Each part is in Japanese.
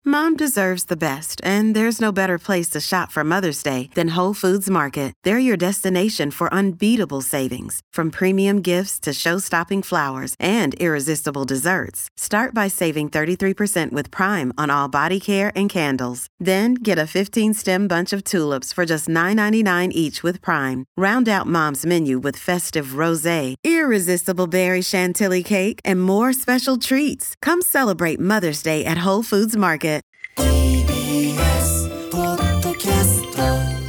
Mom deserves the best, and there's no better place to shop for Mother's Day than Whole Foods Market. They're your destination for unbeatable savings, from premium gifts to show-stopping flowers and irresistible desserts. Start by saving 33% with Prime on all body care and candles. Then get a 15-stem bunch of tulips for just $9.99 each with Prime. Round out Mom's menu with festive rosé, irresistible berry chantilly cake, and more special treats. Come celebrate Mother's Day at Whole Foods Market. TBS ポッドキャスト。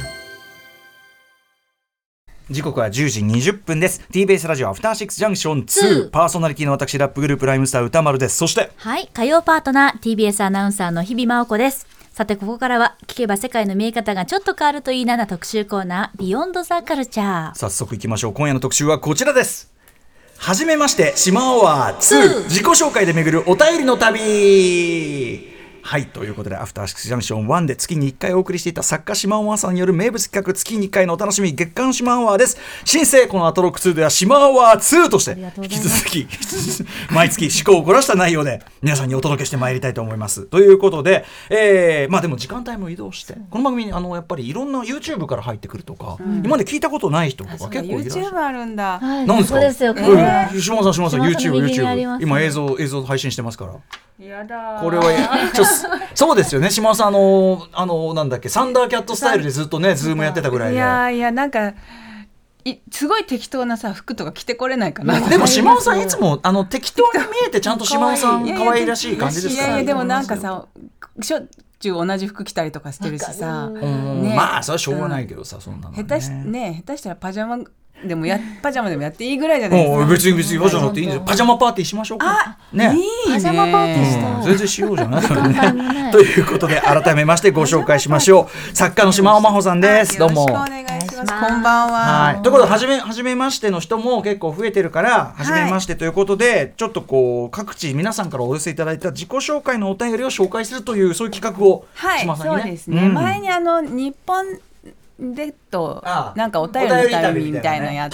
時刻は10時20分です。 TBS ラジオアフターシックスジャンクション2、パーソナリティの私ラップグループライムスター歌丸です。そしてはい火曜パートナー TBS アナウンサーの日々真央子です。さてここからは聞けば世界の見え方がちょっと変わるといいな特集コーナービヨンドザカルチャー。早速いきましょう。今夜の特集はこちらです。はじめまして島アワー2、自己紹介で巡るお便りの旅。はい、ということでアフターシックスジャンクション1で月に1回お送りしていた作家島アワーさんによる名物企画、月に1回のお楽しみ月刊島アワーです。新生このアトロック2では島アワー2として引き続き毎月思考を凝らした内容で皆さんにお届けしてまいりたいと思います。ということで、まあでも時間帯も移動してこの番組にやっぱりいろんな YouTube から入ってくるとか、今まで聞いたことない人とか結構いらっしゃる。 YouTube あるんだ。 はい、 なんですか。 そうですよ。 島田さん YouTube 今映像配信してますから。 やだこれはそうですよね。島尾さんなんだっけサンダーキャットスタイルでずっとねズームやってたぐらいで。 いやなんかすごい適当なさ服とか着てこれないかな。 でも島尾さんいつも適当に見えてちゃんと島尾さん可愛らしい感じですから。 いやでもなんかさしょっちゅう同じ服着たりとかしてるしさ、ね、 まあそれはしょうがないけどさ、そんなのね。 下手したらパジャマでもやっていいぐらいじゃないですか。 別にパジャマっていいんですよ。パジャマパーティーしましょうか。ね、 いいね。 パジャマパーティーしたい。 全然しようじゃないということで改めましてご紹介しましょう。作家の島尾真帆さんです。どうも。 よろしくお願いします。こんばんは。 ということではじめましての人も結構増えてるからはじめましてということで、ちょっとこう各地皆さんからお寄せいただいた自己紹介のお便りを紹介するというそういう企画を島さんにね。 そうですね。前に日本でとなんかお便りの旅みたいなのやって、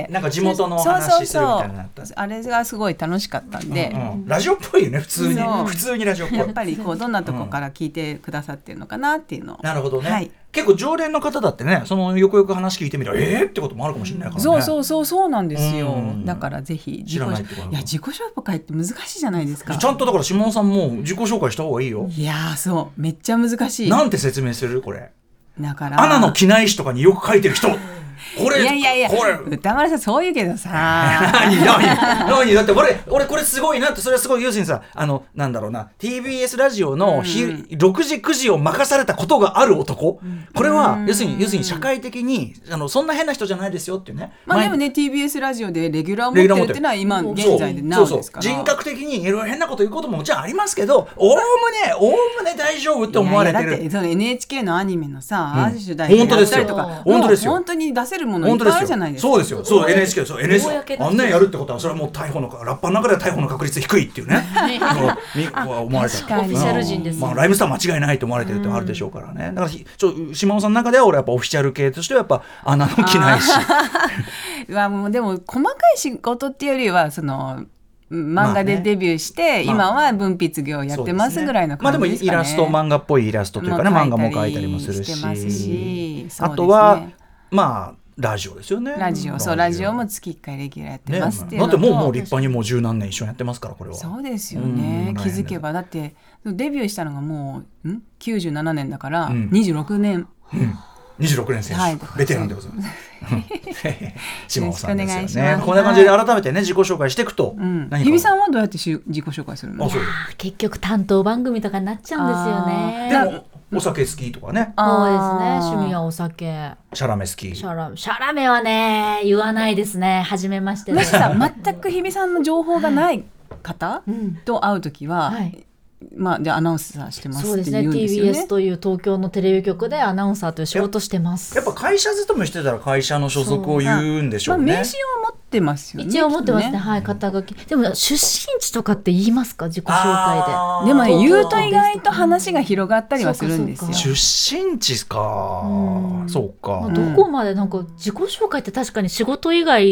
なんか地元の話するみたいなのやった。 あれがすごい楽しかったんで、 ラジオっぽいよね。普通にラジオっぽい。 やっぱりこうどんなとこから聞いてくださってるのかなっていうのを。 なるほどね。結構常連の方だってね、そのよくよく話聞いてみたらってこともあるかもしれないからね。 そうなんですよ。だからぜひ知らないってこと。 自己紹介って難しいじゃないですか。 ちゃんとだから島尾さんも自己紹介した方がいいよ。 いやそうめっちゃ難しい。 なんて説明するこれ。 だからアナの機内紙とかによく書いてる人。これいやこれ歌丸さんそう言うけどさ何だって俺これすごいなって。それはすごい。要するにさなんだろうな TBS ラジオの6時9時を任されたことがある男、これは要するに社会的にそんな変な人じゃないですよっていうね。 まあでもね TBS ラジオでレギュラーを持ってるっていうのは今現在でなおですから。 人格的にいろいろ変なこと言うことももちろんありますけど、おおむね大丈夫って思われてる。 だってその NHK のアニメのさある種大事だったりとか本当に出せるものいっぱいあるじゃないですか。 そうですよ。そう NHK あんなやるってことはそれはもうラッパの中では逮捕の確率低いっていうね思われた。 オフィシャル人です。 ライムスター間違いないと思われてるってあるでしょうからね。だから島尾さんの中では俺やっぱオフィシャル系としてはやっぱ穴の機内紙もうでも細かい仕事っていうよりはその漫画でデビューして、今は文筆業やってますぐらいの感じですかね。 でもイラスト漫画っぽいイラストというかね、漫画も描いたりもするし、あとはラジオですよね。ラジオも月1回レギュラーやってますっていうのと、 だってもう立派にもう十何年一緒にやってますからこれは。 そうですよね。気づけばだってデビューしたのがもう97年だから26年。 26年選手、ベテランでございます。島尾さんですよね。こんな感じで改めてね自己紹介していくと、 日比さんはどうやって自己紹介するの？ 結局担当番組とかになっちゃうんですよね。 でもお酒好きとかね。 そうですね。趣味はお酒。 シャラメ好き。 シャラメはね言わないですね。初めましてで。 もしさ全く日比さんの情報がない方と会うときは。じゃあアナウンサーしてますって言うんですよね。 そうですね。TBS という東京のテレビ局でアナウンサーという仕事してます。 やっぱ会社勤めしてたら会社の所属を言うんでしょうね。 名刺を持ってますよね。 一応持ってますね。はい、肩書き。でも出身地とかって言いますか、自己紹介で。 でもね言うと意外と話が広がったりはするんですよ。 出身地か。そうか。 どこまでなんか自己紹介って確かに仕事以外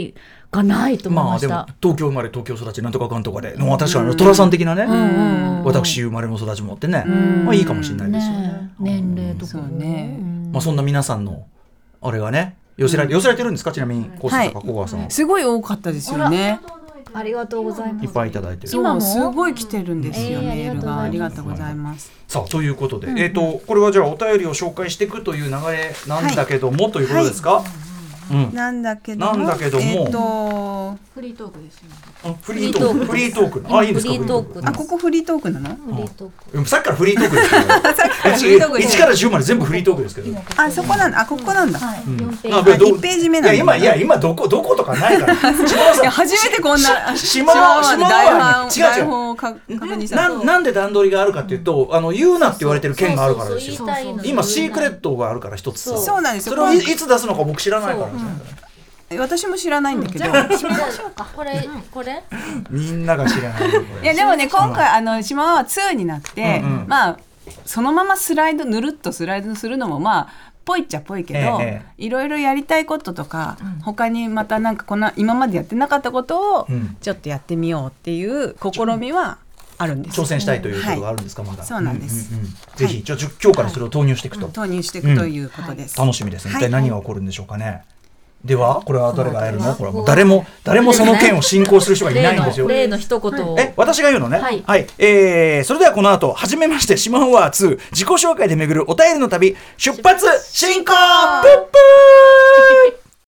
がないと思いました。 まあでも東京生まれ東京育ちなんとかかんとかで、確かに寅さん的なね、私生まれも育ちもってね、まあいいかもしれないですよね。 年齢とかそうね。 まあそんな皆さんのあれがね寄せられてるんですか、ちなみに小川さん。 すごい多かったですよね。 ありがとうございます。 いっぱいいただいてる。 今もすごい来てるんですよ、メールが。ありがとうございます。 さあということで、これはじゃあお便りを紹介していくという流れなんだけども、ということですか。 なんだけども、 フリートークですよね。 フリートーク。あ、いいですか。 ここフリートークなの？ フリートーク。 さっきからフリートークですけど。1から10まで全部フリートークですけど。 そこなんだ。ここなんだ。 4 ページ目なんだ。 今どことかないから。 初めてこんな島は台本を確認した。 なんで段取りがあるかっていうと、言うなって言われてる件があるからですよ。今シークレットがあるから一つ。 そうなんですよ。 それをいつ出すのか僕知らないから。 私も知らないんだけど。 これみんなが知らない。 いやでもね、今回島は2になって、まあそのままぬるっとスライドするのもまあぽいっちゃぽいけど、いろいろやりたいこととか、他にまたなんか今までやってなかったことをちょっとやってみようっていう試みはあるんです。 挑戦したいということがあるんですか、まだ。 そうなんです。 ぜひじゃあ今日からそれを投入していくと。 投入していくということです。 楽しみです。一体何が起こるんでしょうかね。ではこれは誰がやるの？これはもう誰もその件を進行する人がいないんですよ。 例の一言を。 私が言うのね。はい。それではこの後、はじめましてシマオワ2自己紹介で巡るお便りの旅出発進行。プップー。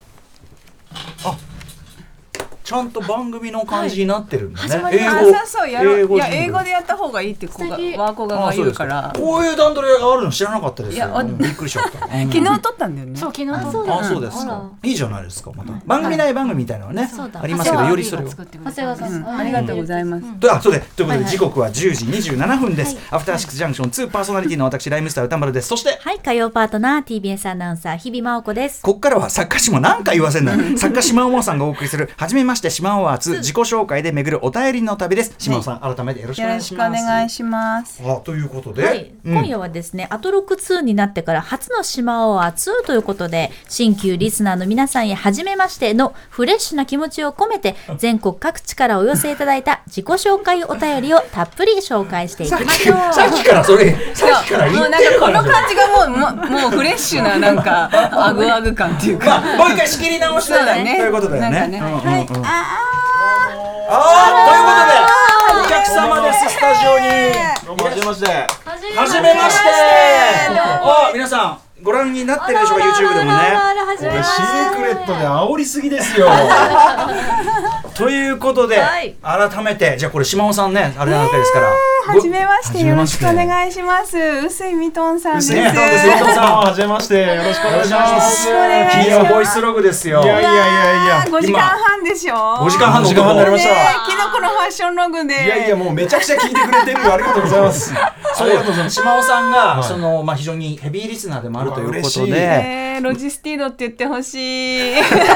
ちゃんと番組の感じになってるんだね。 そうやろう。いや英語でやった方がいいってワーコガが言うから。 こういう段取りがあるの知らなかったですよ。びっくりしちゃった。 昨日撮ったんだよね。 そう昨日撮った。 そうですか。いいじゃないですか。また番組内番組みたいなのはねありますけど、よりそれを。 長谷川さんありがとうございます。 そうでということで時刻は10時27分です。アフターシックスジャンクション2パーソナリティの私ライムスター歌丸です。そして火曜パートナー TBS アナウンサー日比真央子です。 ここからは作家島何回言わせんだ。作家島尾さんがお送りするはじめまして島尾アーツ自己紹介で巡るお便りの旅です。島尾さん、改めてよろしくお願いします。 よろしくお願いします。 ということで、 今夜はですね、アトロク2になってから初の島尾アーツということで、新旧リスナーの皆さんへ初めましてのフレッシュな気持ちを込めて、全国各地からお寄せいただいた自己紹介お便りをたっぷり紹介していきましょう。 さっきから言ってるからもうなんかこの感じがもうフレッシュななんかアグアグ感っていうか、 もう一回仕切り直してだね。ということだよね。 はい。 ということでお客様です。スタジオにはじめまして。 はじめまして。皆さんご覧になってるでしょうか、 YouTube でもね。 これシークレットで煽りすぎですよ。 ということで、改めてじゃあこれ島尾さんね、あれなわけですから、 はじめまして、よろしくお願いします。臼井ミトンさんです。 臼井ミトンさん、はじめまして、よろしくお願いします。 金曜ボイスログですよ。 いや 5時間半でしょ。 5時間半になりました。 キノコのファッションログで。 いやもうめちゃくちゃ聞いてくれてるよ。ありがとうございます。 島尾さんがその非常にヘビーリスナーでもあるということで、 ロジスティードって言ってほしい。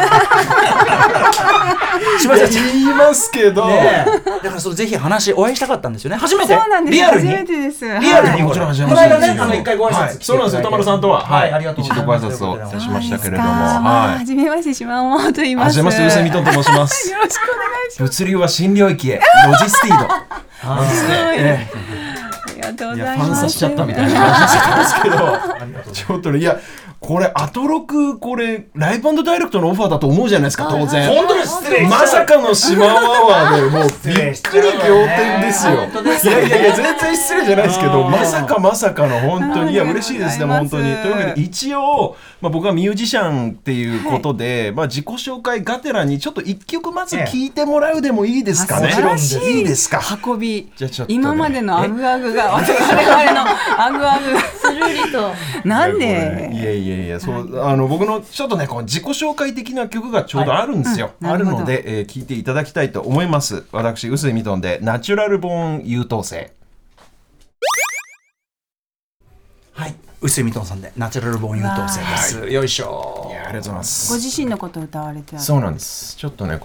言いますけど、 だからそれぜひお会いしたかったんですよね。初めて。 そうなんです。 リアルに。 初めてです。 リアルに。 もちろん初めこの間ね、一回ご挨拶。 そうなんですよ。歌丸さんとはありがとうございます。 一度ご挨拶をしましたけれども、 はじめまして島尾と言います。 はじめまして臼井ミトンと申します。 よろしくお願いします。 物流は新領域へ、ロジスティード。 ありがとうございます。 ファンサしちゃったみたいな感じですけど、ちょっとね、いやこれアトロク、これライブ&ダイレクトのオファーだと思うじゃないですか、当然。 本当に失礼。 まさかの島尾アワーでもうびっくり仰天ですよ。いや全然失礼じゃないですけど、まさかの本当に、いや嬉しいですね、本当に。というわけで一応、僕はミュージシャンっていうことで、自己紹介がてらにちょっと一曲まず聴いてもらうでもいいですかね。 もちろんです。 いいですか。 運び。 じゃあちょっとね、 今までのアグアグが我々のアグアグがスルリと。 なんで。 いやそう僕のちょっとね、この自己紹介的な曲がちょうどあるんですよ。あるので、聴いていただきたいと思います。私臼井ミトンでナチュラルボーン優等生。 はい、臼井ミトンさんでナチュラルボーン優等生です。よいしょ。 いや、ありがとうございます。 ご自身のことを歌われてある。 そうなんです。ちょっとね、この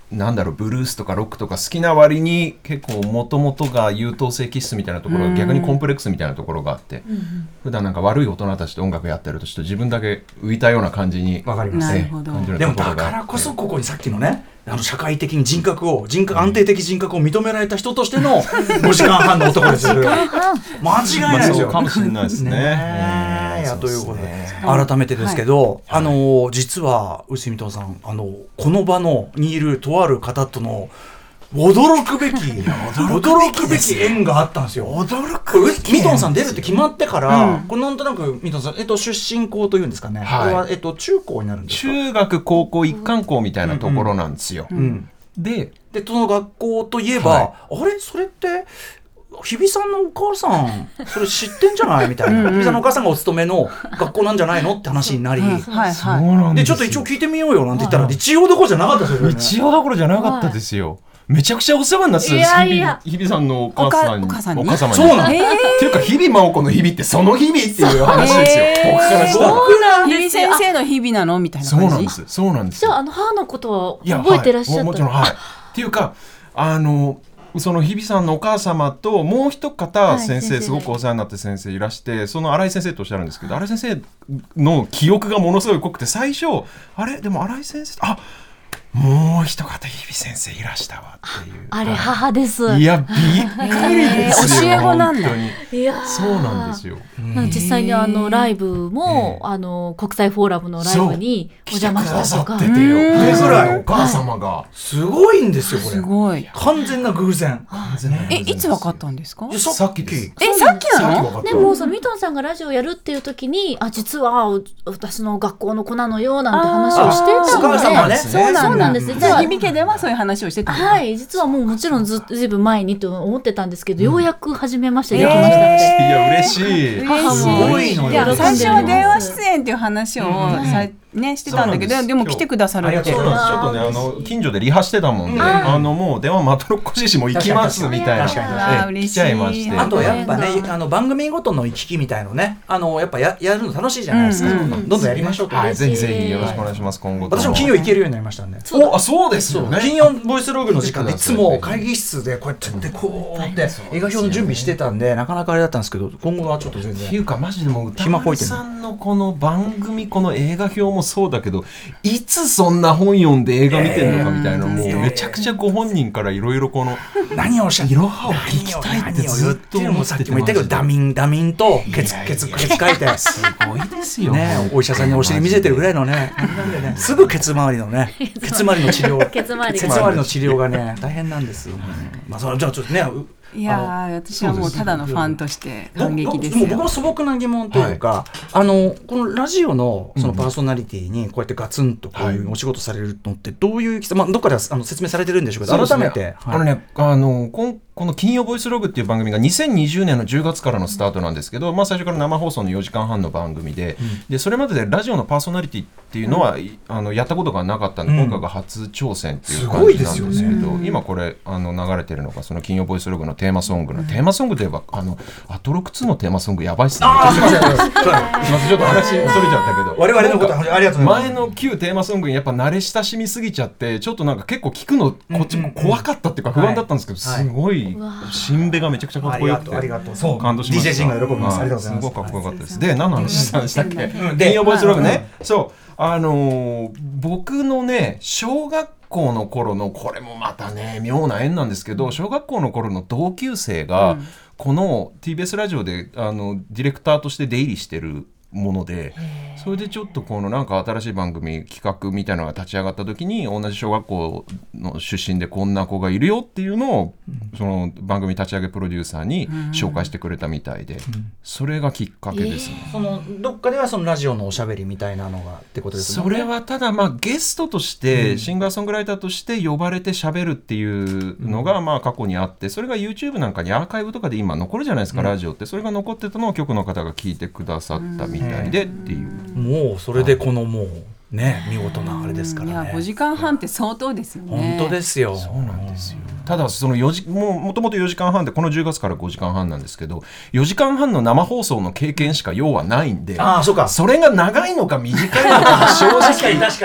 なんだろうブルースとかロックとか好きな割に結構もともとが優等生気質みたいなところが逆にコンプレックスみたいなところがあって、普段なんか悪い大人たちと音楽やってるとちょっと自分だけ浮いたような感じにわかります。 なるほど。 感じるでもところがだからこそここにさっきのね、社会的に安定的人格を認められた人としての5時間半の男ですよ。間違いないですよ。 そうかもしれないですね。 いやということで改めてですけど、実は臼見さんこの場のにいるとある方との驚くべき縁があったんですよ。ミトンさん出るって決まってから、これなんとなくミトンさん、出身校というんですかね、これは、中高になるんですか。 中学高校一貫校みたいなところなんですよ。でその学校といえば、あれそれって日比さんのお母さんそれ知ってんじゃないみたいな日比さんのお母さんがお勤めの学校なんじゃないのって話になり、でちょっと一応聞いてみようよなんて言ったら、一応どころじゃなかったですよね。 一応どころじゃなかったですよ。めちゃくちゃお世話になってたんです日比さんのお母様に。 そうなんっていうか日比真央子の日々ってその日々っていう話ですよ。僕からしたら。 日比先生の日々なのみたいな感じ。 そうなんです。 じゃあ母のことは覚えてらっしゃったの？ もちろんっていうかその日比さんのお母様ともう一方先生、すごくお世話になって先生いらして、その新井先生とおっしゃるんですけど、新井先生の記憶がものすごい濃くて、最初でも新井先生もう一方日比先生いらしたわっていう。 あれ母です。 いやびっくりですよ。 教え子なんだ。 いやそうなんですよ。 実際にライブも国際フォーラムのライブにお邪魔したとか。 来てくださっててよ。ぐらいお母様がすごいんですよこれ。 すごい。 完全な偶然。 いつ分かったんですか？ さっきです。 さっきなの？ でもミトンさんがラジオやるっていう時に、実は私の学校の子なのよなんて話をしてたので、そうなんです。 じゃあ日比家ではそういう話をしてたの？ はい、実はもちろんずいぶん前にと思ってたんですけど、ようやく初めましてできましたので、 いや嬉しい。 すごいのよ。 最初は電話出演っていう話をしてたんだけど、でも来てくださるって。 そうなんです。ちょっとね近所でリハしてたもんで、もう電話まどろっこしいしもう行きますみたいな。来ちゃいまして。 あとやっぱね番組ごとの行き来みたいのね、やっぱやるの楽しいじゃないですか。どんどんやりましょうと。 ぜひぜひよろしくお願いします。今後私も金曜行けるようになりましたんで。 そうですよね。 金曜ボイスログの時間でいつも会議室でこうやってこうって映画表の準備してたんで、なかなかあれだったんですけど、今後はちょっと全然。 っていうかマジでもう歌丸さんのこの番組この映画表もそうだけど、いつそんな本読んで映画見てんのかみたいな、もうめちゃくちゃご本人からいろいろこの何をおっしゃっていろはを聞きたいってずっと思ってさっきも言ったけど、ダミンとケツ書いてすごいですよね。お医者さんにお尻見せてるぐらいのね、すぐケツ周りのね、ケツ周りの治療の治療がね大変なんです。それじゃあちょっとね。 いや私はもうただのファンとして感激ですよ。 僕も素朴な疑問というか、このラジオのそのパーソナリティにこうやってガツンとこういうお仕事されるのってどういうどっかでは説明されてるんでしょうけど、改めてこの金曜ボイスログっていう番組が2020年の10月からのスタートなんですけど、最初から生放送の4時間半の番組で、それまででラジオのパーソナリティっていうのは、やったことがなかったんで、今回が初挑戦っていう感じなんですけど、今これ流れてるのがその金曜ボイスログのテーマソングといえばアトロク2のテーマソングやばいっすね。すいませんちょっと話それちゃったけど、 我々のことありがとうございます。 前の旧テーマソングにやっぱ慣れ親しみすぎちゃって、ちょっとなんか結構聞くのこっちも怖かったっていうか不安だったんですけど、すごい新ベがめちゃくちゃかっこよくて感動しました。 DJ ジンが喜びます。ありがとうございます。 すごくかっこよかったです。で何の話したっけ？金曜ボイスログね。そう僕のね小学校の頃の、これもまたね妙な縁なんですけど、小学校の頃の同級生がこの TBS ラジオでディレクターとして出入りしてるもので、それでちょっとこのなんか新しい番組企画みたいなのが立ち上がった時に、同じ小学校の出身でこんな子がいるよっていうのをその番組立ち上げプロデューサーに紹介してくれたみたいで、それがきっかけですね。 どっかではそのラジオのおしゃべりみたいなのがってことですね。 それはただゲストとしてシンガーソングライターとして呼ばれてしゃべるっていうのが過去にあって、それが YouTube なんかにアーカイブとかで今残るじゃないですか、ラジオって。それが残ってたのを局の方が聞いてくださったみたいでっていう、もうそれでこのもうね見事なあれですからね。 いや5時間半って相当ですよね。 本当ですよ。 そうなんですよ。ただそのもともと4時間半で、この10月から5時間半なんですけど、4時間半の生放送の経験しか要はないんで、 そうか、 それが長いのか短いのか正直確かに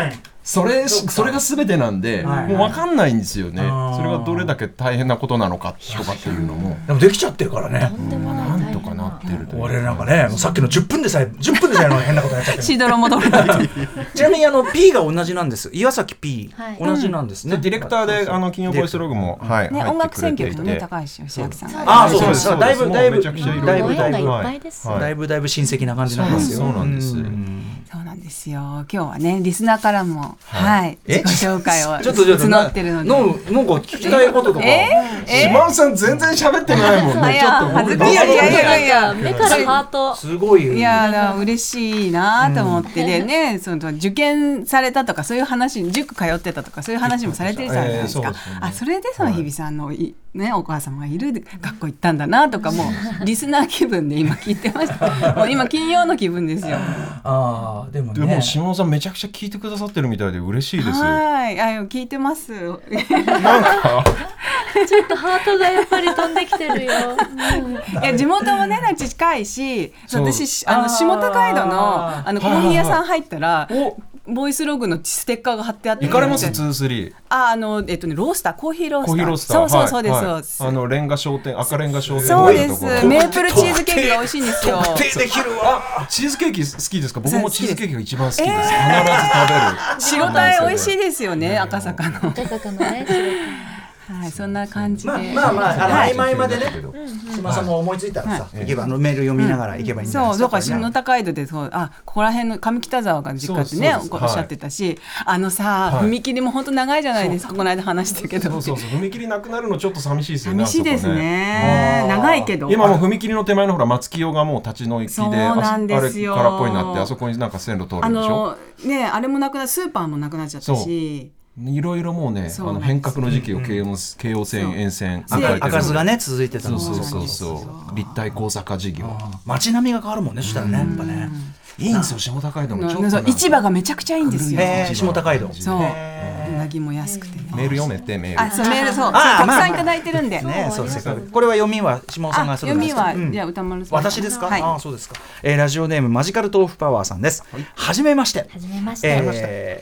それが全てなんで、 はいはいもう分かんないんですよね。 あーそれがどれだけ大変なことなのかとかっていうのもでもできちゃってるからね。 なんとかなってるという。 俺なんかね、もうさっきの10分でさえ変なことやっちゃってる。 しどろもどろちなみにP が同じなんです。岩崎 P、 はい同じなんですね。 ディレクターで金曜ボイスログも、はいね、 入音楽選ってくれていて、 曲とね高橋義明さんがああそうです。 そうですだいぶめちゃくちゃいろいろだいぶご縁がいっぱいですよはいだいぶ親戚な感じなんですよ。 そうなんですそうなんですよ。今日はねリスナーからもはいえ自己紹介をちょっと募ってるので。 なんか聞きたいこととか。 島尾さん全然喋ってないもんね。 いや恥ずかしい。いやいや目からハート。 すごい。 いやだから嬉しいなと思ってでね、その受験されたとかそういう話、塾通ってたとかそういう話もされてるじゃないですか。 そうですよねあ、それでその日比さんのねお母様がいる学校行ったんだなとかもうリスナー気分で今聞いてました。もう今金曜の気分ですよ。 ああでもでもね。 島尾さんめちゃくちゃ聞いてくださってるみたいで嬉しいです。 はい、聞いてます。 なんかちょっとハートがやっぱり飛んできてるよ。 いや地元もね近いし、 そう私下高井戸のコーヒー屋さん入ったら。ボイスログのステッカーが貼ってあって行かれます2-3。 ロースターコーヒーロースター。 コーヒーロースター。 そうですそうです。 レンガ商店赤レンガ商店そうです。 ところメープルチーズケーキが美味しいんですよ。 特定できるわ。 チーズケーキ好きですか？僕もチーズケーキが一番好きです。必ず食べる。 白鯛美味しいですよね、赤坂の。 赤坂のね。 はい、そんな感じで。 まあ合間でね。島さんも思いついたらさ、行けばメール読みながら行けばいいんじゃないそう、 ですか。 だから下高井戸でここら辺の上北沢が実家ってねおっしゃってたし、踏切も本当長いじゃないですか。この間話したけど。 そう踏切なくなるのちょっと寂しいですよね。 寂しいですね。長いけど。 今も踏切の手前のほら松清がもう立ち退きで、 そうなんですよ。 あれ空っぽになってあそこになんか線路通るんでしょ。 ね、あれもなくなスーパーもなくなっちゃったし。 いろいろもうね変革の時期を京王線沿線赤字がね続いてたの。 そう立体交差化事業。 街並みが変わるもんね。そしたらねやっぱねいいんですよ。下高井戸もちょっと市場がめちゃくちゃいいんですよ。 下高井戸。 そう。うなぎも安くてね。 メール読めてメール。 あ、そうメールそうたくさんいただいてるんで。 ね、そうせっかくこれは読みは下尾さんがするんですか。 読みはじゃあ歌丸さん。 私ですか。 はい。 あ、そうですか。ラジオネームマジカル豆腐パワーさんです。はじめまして。 はじめまして。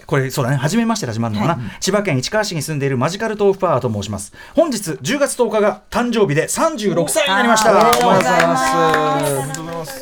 これそうだね。はじめましてで始まるのかな。千葉県市川市に住んでいるマジカル豆腐パワーと申します。本日10月10日が誕生日で36歳になりました。 おめでとうございます。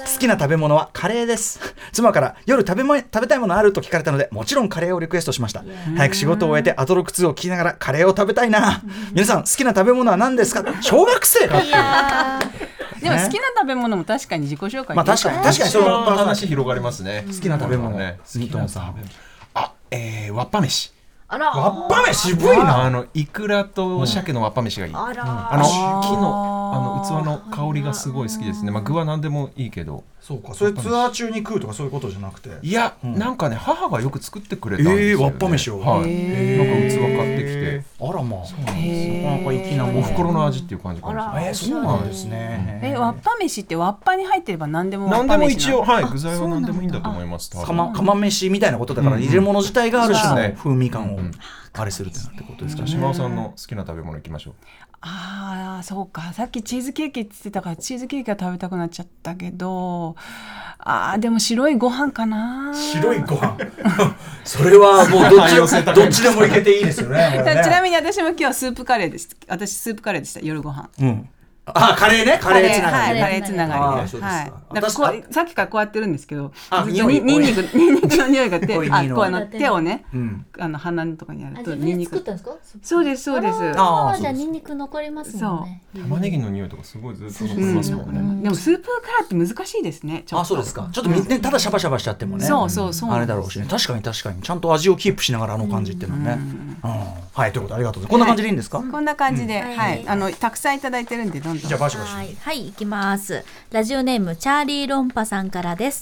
好きな食べ物はカレーです。妻から夜食べたいものあると聞かれたので、もちろんカレーをリクエストしました。早く仕事を終えてアトロック2を聞きながらカレーを食べたいな。皆さん好きな食べ物は何ですか。小学生だって。 でも好きな食べ物も確かに自己紹介。 まあ確かにその話広がりますね。 好きな食べ物ね。 好きな食べ物。わっぱ飯。 あら。 わっぱ飯渋いな。 イクラと鮭のわっぱ飯がいい。木の器の香りがすごい好きですね。まあ具は何でもいいけど。 そうか。それツアー中に食うとかそういうことじゃなくて。 いや、なんかね母がよく作ってくれたんですよね。 わっぱ飯を。 はい。なんか器買ってきて。 あらまあ。 そうなんですよ。 なんか粋なお袋の味っていう感じかもしれない。 そうなんですね。 わっぱ飯ってわっぱに入ってれば何でも。 何でも一応具材は何でもいいんだと思います。 釜飯みたいなことだから入れ物自体がある種の風味感をあれするってことですかね。 島尾さんの好きな食べ物いきましょう。 ああそうか、さっきチーズケーキって言ってたからチーズケーキは食べたくなっちゃったけど、でも白いご飯かな。 白いご飯それはもうどっちでもいけていいですよね。 ちなみに私も今日はスープカレーです。私スープカレーでした夜ご飯。 カレーね。カレーつながり。 カレーつながりで。だからさっきからこうやってるんですけど、ニンニクの匂いが出て、こう手をね、鼻とかにやるとニンニク。そうですそうです。 じゃあニンニク残りますもんね。 玉ねぎの匂いとかすごいずっと残りますもんね。 でもスープカレーって難しいですね。 そうですか。ちょっとねただシャバシャバしちゃってもね。そうあれだろうしね。確かにちゃんと味をキープしながらあの感じっていうのはね。はい、ということでありがとうございます。こんな感じでいいんですか。 こんな感じで、たくさんいただいてるんでどんどん。 じゃあバシバシ。 はい、行きます。ラジオネームチャーリーロンパさんからです。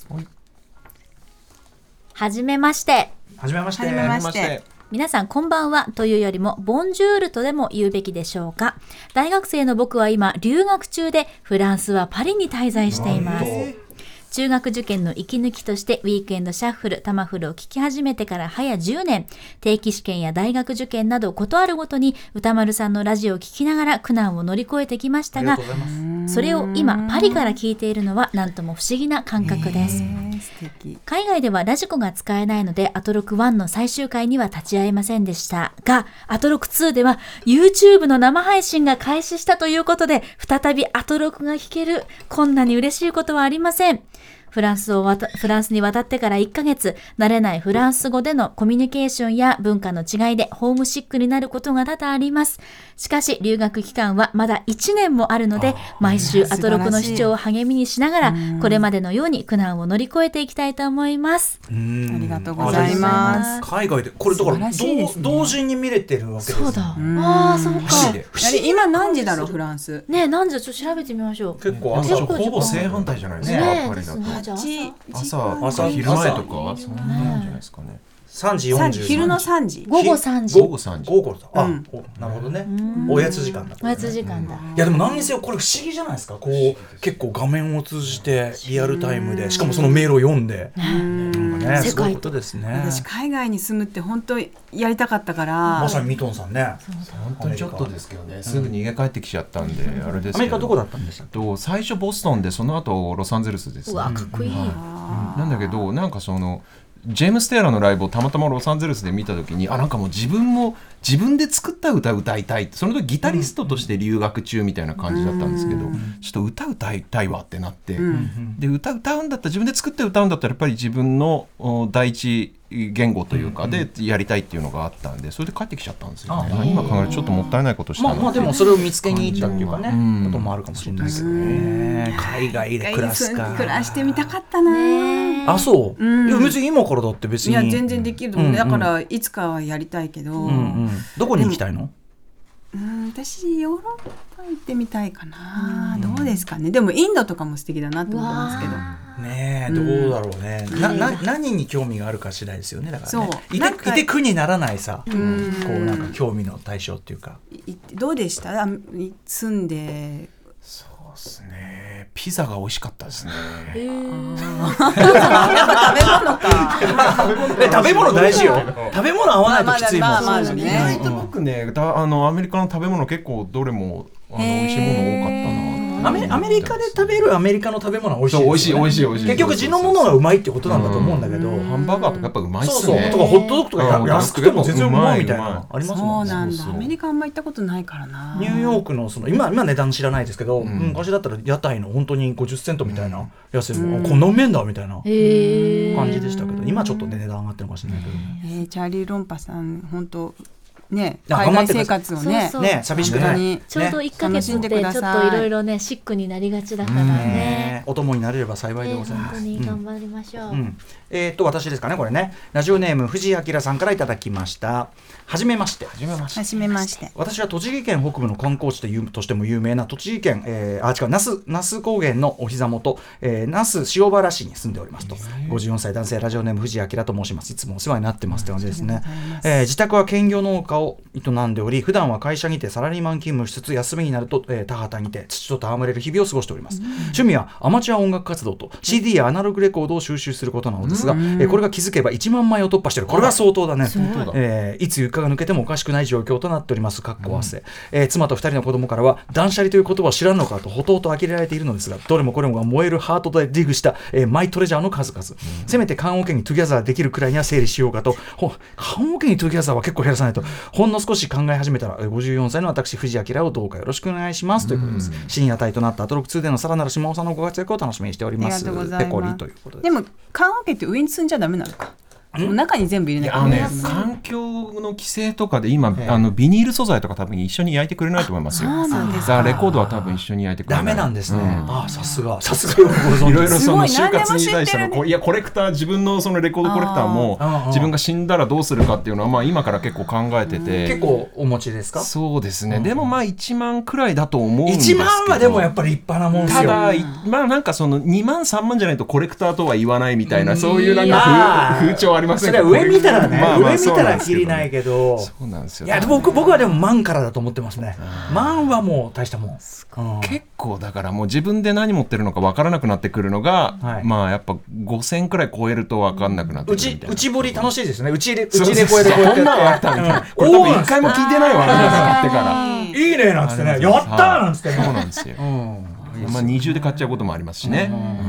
はじめまして。 はじめまして。 皆さんこんばんはというよりもボンジュールとでも言うべきでしょうか。大学生の僕は今留学中でフランスはパリに滞在しています。中学受験の息抜きとしてウィークエンドシャッフル、タマフルを聞き始めてから早10年、定期試験や大学受験などことあるごとに歌丸さんのラジオを聞きながら苦難を乗り越えてきましたが、それを今パリから聞いているのはなんとも不思議な感覚です。 素敵。 海外ではラジコが使えないのでアトロク1の最終回には立ち会えませんでしたが、アトロク2では YouTube の生配信が開始したということで、再びアトロクが聴ける。こんなに嬉しいことはありません。フランスに渡ってから1ヶ月、慣れないフランス語でのコミュニケーションや文化の違いでホームシックになることが多々あります。しかし留学期間はまだ1年もあるので、毎週アトロクの視聴を励みにしながら、これまでのように苦難を乗り越えていきたいと思います。 ありがとうございます。 海外でこれだから素晴らしいですね同時に見れてるわけですよ。 そうだ。ああ、そうか。 今何時だろうフランス。 ねえ、何時ちょっと調べてみましょう。 結構ほぼ正反対じゃないですか、 ねえパリだと。 じゃあ朝昼前とかそんなもんじゃないですかね。 3時40分。 昼の3時。 午後3時。 午後3時。 午後だ。なるほどね。おやつ時間だ。 おやつ時間だ。 いやでも何にせよこれ不思議じゃないですか。こう結構画面を通じてリアルタイムで、しかもそのメールを読んで、なんかね、すごいことですね。 私海外に住むって本当やりたかったから。 まさにミトンさんね。 本当にちょっとですけどね、すぐ逃げ帰ってきちゃったんであれですけど。 アメリカどこだったんでしたっけ？ 最初ボストンで、その後ロサンゼルスですね。 うわ、かっこいい。 なんだけど、なんかそのジェームス・テイラーのライブをたまたまロサンゼルスで見たときに、なんかもう自分で作った歌歌いたいって、その時ギタリストとして留学中みたいな感じだったんですけど、ちょっと歌いたいわってなって、で歌うんだったら、自分で作って歌うんだったらやっぱり自分の第一言語というかでやりたいっていうのがあったんで、それで帰ってきちゃったんですよね。今考えるとちょっともったいないことしたな。 まあでもそれを見つけに行ったっていうかね、こともあるかもしれないけどね。海外で暮らすか。 暮らしてみたかったな。 あ、そう。いや別に今からだって別に。 いや全然できると思う。だからいつかはやりたいけど。 どこに行きたいの？ 私ヨーロッパ行ってみたいかな。どうですかね。でもインドとかも素敵だなと思ってますけど。 ねえ、どうだろうね。何に興味があるか次第ですよね。だからね。いて苦にならないさ、こうなんか興味の対象っていうか。 どうでした？住んで。 そうですね。ピザが美味しかったですね。 やっぱ食べ物か。 食べ物大事よ。食べ物合わないときついもん。 意外と僕ね、アメリカの食べ物結構どれも美味しいもの多かったな。 アメリカで食べるアメリカの食べ物は美味しいですよね。 美味しい。 結局地のものがうまいってことなんだと思うんだけど、 ハンバーガーとかやっぱうまいっすね。 そうとかホットドッグとか安くても全然うまいみたいなありますもんね。 そうなんだ。アメリカあんま行ったことないからな。 ニューヨークの今値段知らないですけど、昔だったら屋台の本当に50セントみたいな安いもん、こんなうめえんだみたいな感じでしたけど、今ちょっと値段上がってるかもしれないけど。 チャーリー・ロンパさん本当ね、海外生活をね、 寂しくない。 ちょうど1ヶ月ってちょっといろいろねシックになりがちだからね。 お供になれれば幸いでございます。 本当に頑張りましょう。 私ですかね、これね。ラジオネーム藤井明さんからいただきました。はじめまして。私は栃木県北部の観光地としても有名な栃木県那須高原のお膝元那須塩原市に住んでおりますと。54歳男性、ラジオネーム藤井明と申します。いつもお世話になってますって感じですね。自宅は兼業農家を営んでおり、普段は会社にてサラリーマン勤務しつつ、休みになると田畑にて土と戯れる日々を過ごしております。趣味はアマチュア音楽活動と CD やアナログレコードを収集することなのですが、これが気づけば1万枚を突破している。これは相当だね。いつ床が抜けてもおかしくない状況となっております。妻と2人の子供からは断捨離という言葉を知らんのかとほとほと呆れられているのですが、どれもこれもが燃えるハートでディグした、マイトレジャーの数々。せめて棺桶にトゥギャザーできるくらいには整理しようかと。棺桶にトゥギャザーは結構減らさないと。ほんの少し考え始めたら、54歳の私藤井明をどうかよろしくお願いしますということです。深夜帯となったアトロック2でのさらなる島尾さんのご活躍を楽しみにしております。ペコリということです。 でも棺桶って上に積んじゃダメなのか。中に全部入れないと。 環境の規制とかで今ビニール素材とか多分一緒に焼いてくれないと思いますよ。だからレコードは多分一緒に焼いてくれない。 ダメなんですね。さすがいろいろその就活に対してのいやコレクター、自分のそのレコードコレクターも自分が死んだらどうするかっていうのは今から結構考えてて。 結構お持ちですか？ そうですね。でも1万くらいだと思うんですけど。1 万はでもやっぱり立派なもんですよ。 ただなんかその2万3万じゃないとコレクターとは言わないみたいな、そういうなんか風潮ありませんか？ 上見たらね、上見たらきりないけど、 そうなんですよ。 いや僕はでも万からだと思ってますね。万はもう大したもん。 結構だからもう自分で何持ってるのか分からなくなってくるのが、やっぱ5000くらい超えると分かんなくなってくるみたいな。 内堀楽しいですね。内でこうやってこんなのあったみたいな。これ多分1回も聞いてないわってから。 いいねなんつってね、やったーなんつってね。 そうなんですよ。20で買っちゃうこともありますしね。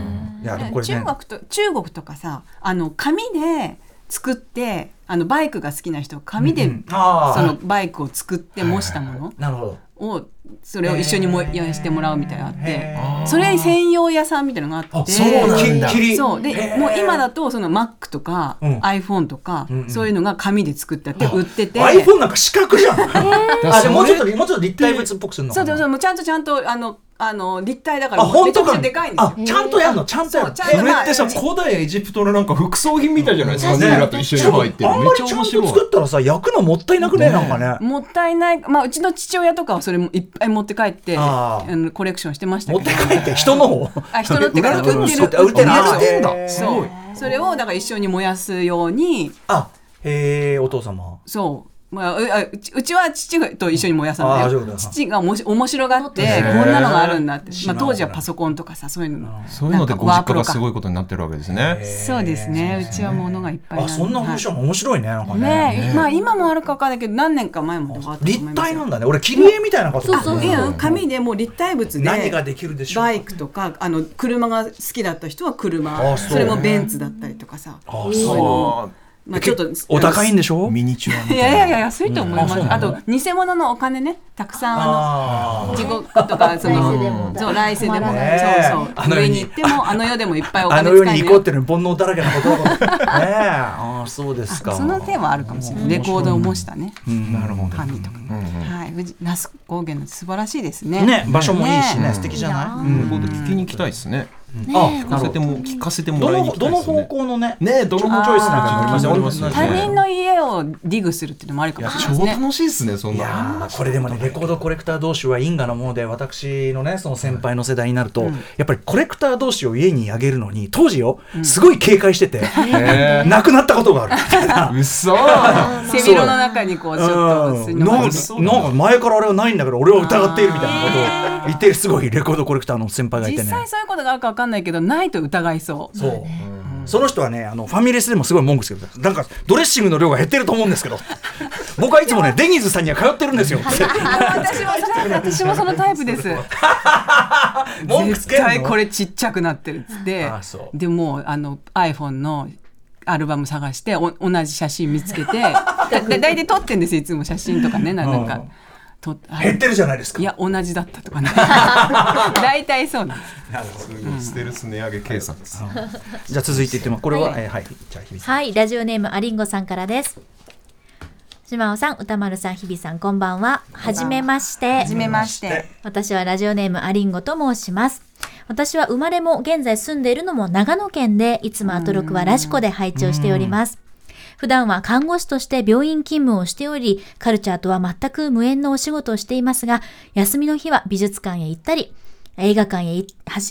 いやでもこれね、 中国とかさ紙で作ってバイクが好きな人紙で、そのバイクを作って模したもの、 なるほどをそれを一緒に燃やしてもらうみたいなのがあって、それ専用屋さんみたいなのがあって、 そうなんだ。 そうでもう今だとその Mac とか iPhone とかそういうのが紙で作ってあって売ってて、 iPhone なんか四角じゃん。でもうちょっと立体物っぽくするのかな。 そうもうちゃんと立体だからめちゃくちゃでかいんですよ。 ちゃんとやるの、ちゃんとやる。 それってさ、古代エジプトのなんか副葬品みたいじゃないですか。ミイラと一緒に入ってる。 あんまりちゃんと作ったらさ、焼くのもったいなくね、なんかね。 もったいない。うちの父親とかはそれもいっぱい持って帰ってコレクションしてましたけど。 持って帰って人の方？ 人のってから売ってるんだ。そう。それをだから一緒に燃やすように。 お父様。 そう。うちは父と一緒に燃やさないよ。父が面白がってこんなのがあるんだって、当時はパソコンとかさそういうのでご実家がすごいことになってるわけですね。 そうですね。うちは物がいっぱいある。 そんな風習も面白いね、なんかね。 今もあるか分からないけど何年か前もあったと思います。 立体なんだね。俺切り絵みたいなこと紙でもう立体物で何ができるでしょう。 バイクとか車が好きだった人は車、それもベンツだったりとかさ、そういうのちょっとお高いんでしょ。 ミニチュアみたいな。いや安いと思います。あと偽物のお金ね、たくさん地獄とかその来世でもそう上に行っても世でもいっぱいお金使える。 世に行こうっていうのに煩悩だらけのこと。そうですか。 その点はあるかもしれない。レコードを模したね。 なるほど。 紙とか。はい。那須高原の素晴らしいですね。 ね、場所もいいしね、素敵じゃない。 レコード聞きに行きたいですね。聞かせてもらいに行きたいですね。 どの方向のね、 どのチョイスなんかありますよね。 他人の家をディグするっていうのもあるかもしれないですね。 超楽しいですね、そんな。 これでもね、レコードコレクター同士は因果のもので、私のねその先輩の世代になると、やっぱりコレクター同士を家にあげるのに当時よすごい警戒してて、亡くなったことがあるみたいな。 嘘。 背広の中にこうちょっとなんか前からあれはないんだけど俺は疑っているみたいなことを言ってるすごいレコードコレクターの先輩がいてね。 実際そういうことがあるか分かんないけどないと疑いそう。 その人はねファミレスでもすごい文句つけてた。なんかドレッシングの量が減ってると思うんですけど僕はいつもねデニーズさんには通ってるんですよ。 私もそのタイプです。絶対これちっちゃくなってるっつって。でもiPhone のアルバム探して同じ写真見つけて大体撮ってんですよ。いつも写真とかねなんか減ってるじゃないですか。 いや同じだったとかね大体そうなんです。ステルス値上げ計算です。 じゃあ続いていってもこれははい 、ラジオネームアリンゴさんからです。島尾さん、歌丸さん、日比さん、こんばんは。はじめまして。私はラジオネームアリンゴと申します。私は生まれも現在住んでいるのも長野県で、いつもアトロクはラジコで拝聴しております。普段は看護師として病院勤務をしており、カルチャーとは全く無縁のお仕事をしていますが、休みの日は美術館へ行ったり、映画館へ行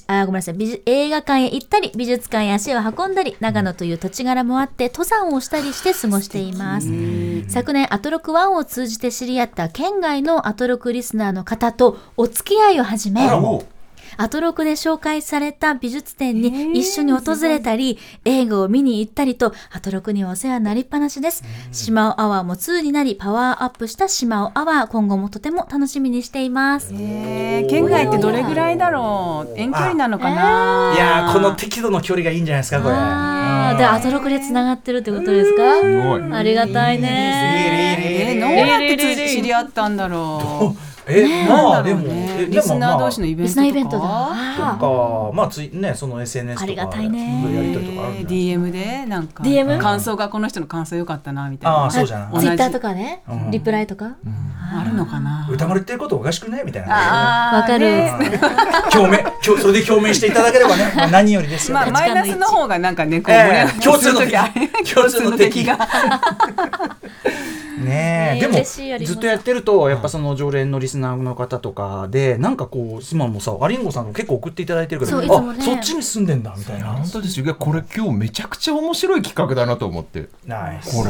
ったり、美術館へ足を運んだり、長野という土地柄もあって登山をしたりして過ごしています。昨年アトロク1を通じて知り合った県外のアトロクリスナーの方とお付き合いを始め、アトロクで紹介された美術展に一緒に訪れたり、映画を見に行ったりと、アトロクにはお世話になりっぱなしです。島尾アワーも2になり、パワーアップした島尾アワー、今後もとても楽しみにしています。 県外ってどれぐらいだろう。遠距離なのかな。 いやこの適度の距離がいいんじゃないですかこれ。 でアトロクでつながってるってことですか。ありがたいね。 どうやって知り合ったんだろう。 まあでもリスナー同士のイベントとかその SNS とかありがたいね。 やり取りとかあるんじゃないですか。 DM でなんか感想がこの人の感想良かったなみたいな。 そうじゃない。 ツイッターとかね、リプライとかあるのかな。 歌丸言ってることおかしくねみたいな。 わかる。 それで表明していただければね何よりですよ。 マイナスの方がなんかね共通の敵がね。でもずっとやってるとやっぱその常連のリスナーの方とかでなんかこう今もさアリンゴさんも結構送っていただいてるけど、そっちに住んでんだみたいな。 本当ですよ。これ今日めちゃくちゃ面白い企画だなと思って。 ナイス。 これ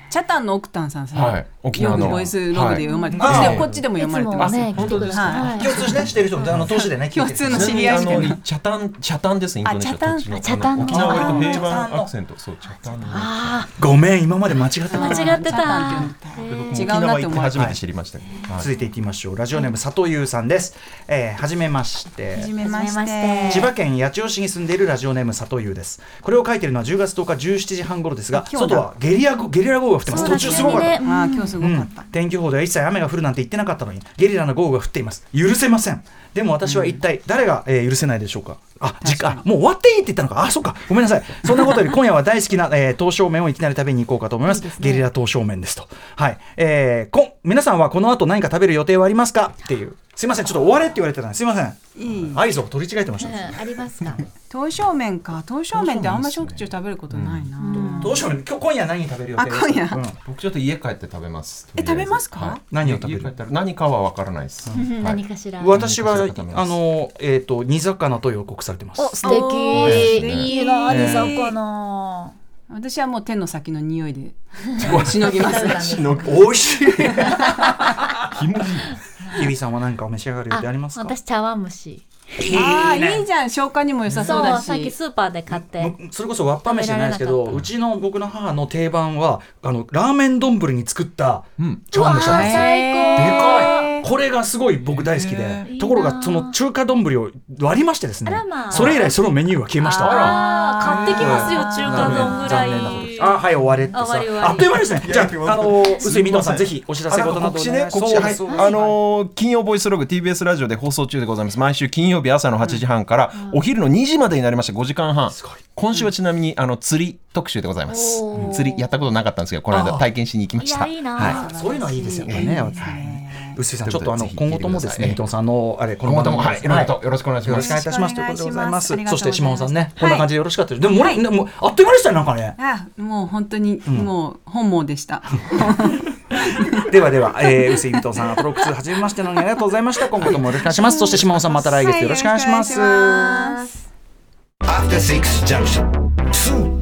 チャタンの奥丹さんさ、 はい沖縄のよくボイスログで読まれて、 はいそしてこっちでも読まれてます。 いつもね来てください。 共通してる人も都市でね聞いてる共通の知り合いしかいない。 茶炭ですね、イントネーション。 あこっちの茶炭沖縄は割と平茶炭の板アクセント。そう、茶炭の。 ごめん今まで間違ってた。 間違ってた。 沖縄行って初めて知りましたね。はい続いていきましょう。ラジオネーム佐藤優さんです。はじめましてはじめましはじめましてて。 千葉県八千代市に住んでいるラジオネーム佐藤優です。これを書いているのは10月10日17時半頃ですが、 今日だ外はゲリラ豪雨が降ってます。途中すごかった。 ねあー今日すごかった。 天気予報では一切雨が降るなんて言ってなかったのにゲリラの豪雨が降っています。許せません。でも私は一体誰が、許せないでしょうか。もう終わっていいって言ったのか。そうか、ごめんなさい。そんなことより今夜は大好きな、刀削麺をいきなり食べに行こうかと思います。ゲリラ刀削麺ですと。はい。皆さんはこの後何か食べる予定はありますかっていう。すいません、ちょっと終われって言われてたんです。すいません。合図を取り違えてました。 ありますか。 刀削麺か。刀削麺ってあんましょっちゅう食べることないな。 刀削麺、今夜何食べる予定ですか。 今夜僕ちょっと家帰って食べます。 食べますかはい何を食べる家帰ったら何かは分からないです。 何かしら。 私は何か食べます煮魚と予告されてます。 お、素敵。いいな、煮魚。 私はもう手の先の匂いでしのぎます。 美味しい。 ひもじい。 日比さんは何かお召し上がる予定ありますか。 私茶碗蒸し。 いいじゃん、消化にも良さそうだし。 さっきスーパーで買って。 それこそわっぱ飯じゃないですけど、 食べられなかった僕の母の定番はラーメン丼に作った茶碗蒸しなんですよ。 最高。 でかい。これがすごい僕大好きで、ところがその中華丼を割りましてですね、それ以来そのメニューは消えました。 買ってきますよ、中華丼ぐらい。 残念なことです。はい、終われってさ、あっという間ですね。じゃあ臼井美濃さん、ぜひお知らせ事などお願いします。 告知金曜ボイスログ TBS ラジオで放送中でございます。毎週金曜日朝の8時半からお昼の2時までになりました。5時間半。今週はちなみに釣り特集でございます。釣りやったことなかったんですけど、この間体験しに行きました。 いいな。 はい、そういうのはいいですよね。臼井さん、ちょっと今後ともですね、伊藤さんのこの後もいろいろとよろしくお願いします。 よろしくお願いいたしますということでございます。そして島尾さんね、こんな感じでよろしかったです。でもあっという間でしたね、なんかね。 もう本当にもう本望でした。 では臼井美藤さん、アトロック2初めましてのにありがとうございました。今後ともよろしくお願いします。そして島尾さん、また来月よろしくお願いします。 After 6 junction 2